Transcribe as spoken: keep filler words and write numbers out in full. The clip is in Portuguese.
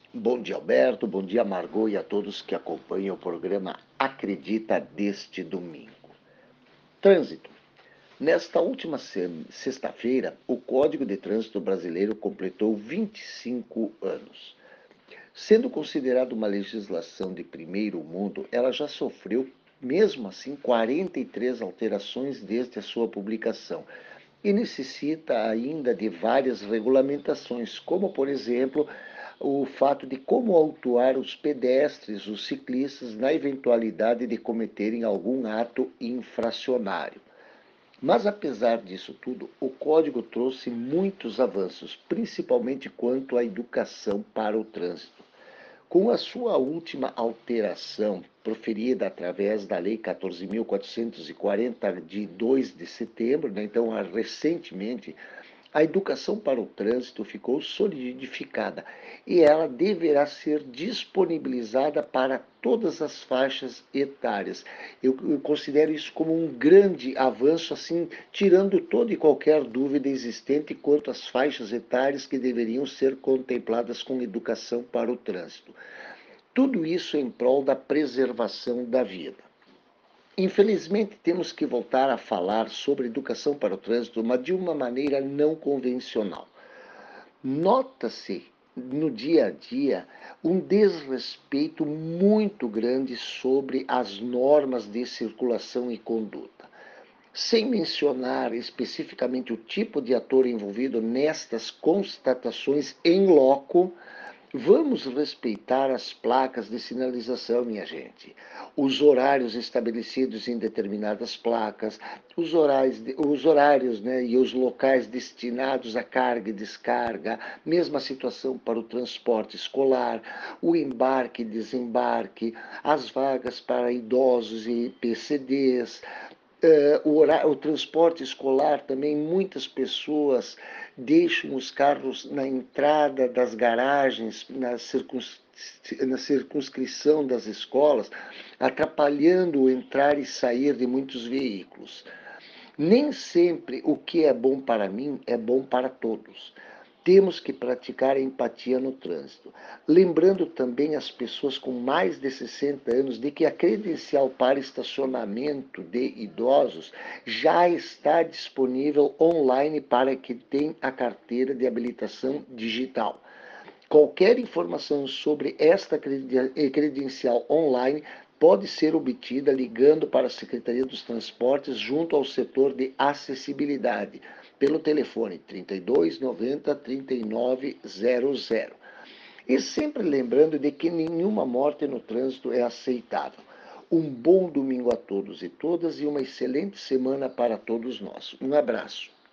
Bom dia, Alberto. Bom dia, Margot, e a todos que acompanham o programa Acredita deste domingo. Trânsito. Nesta última sexta-feira, o Código de Trânsito Brasileiro completou vinte e cinco anos. Sendo considerada uma legislação de primeiro mundo, ela já sofreu, mesmo assim, quarenta e três alterações desde a sua publicação e necessita ainda de várias regulamentações, como, por exemplo, o fato de como autuar os pedestres, os ciclistas, na eventualidade de cometerem algum ato infracionário. Mas, apesar disso tudo, o Código trouxe muitos avanços, principalmente quanto à educação para o trânsito. Com a sua última alteração, proferida através da Lei quatorze mil quatrocentos e quarenta, de dois de setembro, né, então, recentemente, a educação para o trânsito ficou solidificada e ela deverá ser disponibilizada para todas as faixas etárias. Eu, eu considero isso como um grande avanço, assim, tirando toda e qualquer dúvida existente quanto às faixas etárias que deveriam ser contempladas com educação para o trânsito. Tudo isso em prol da preservação da vida. Infelizmente, temos que voltar a falar sobre educação para o trânsito, mas de uma maneira não convencional. Nota-se no dia a dia um desrespeito muito grande sobre as normas de circulação e conduta. Sem mencionar especificamente o tipo de ator envolvido nestas constatações em loco, vamos respeitar as placas de sinalização, minha gente. Os horários estabelecidos em determinadas placas, os horários, os horários né, e os locais destinados à carga e descarga, mesma situação para o transporte escolar, o embarque e desembarque, as vagas para idosos e P C Ds, Uh, o, horário, o transporte escolar também, muitas pessoas deixam os carros na entrada das garagens, na, circuns, na circunscrição das escolas, atrapalhando o entrar e sair de muitos veículos. Nem sempre o que é bom para mim é bom para todos. Temos que praticar a empatia no trânsito. Lembrando também as pessoas com mais de sessenta anos de que a credencial para estacionamento de idosos já está disponível online para quem tem a carteira de habilitação digital. Qualquer informação sobre esta credencial online pode ser obtida ligando para a Secretaria dos Transportes junto ao setor de acessibilidade, pelo telefone trinta e dois noventa trinta e nove zero zero. E sempre lembrando de que nenhuma morte no trânsito é aceitável. Um bom domingo a todos e todas e uma excelente semana para todos nós. Um abraço.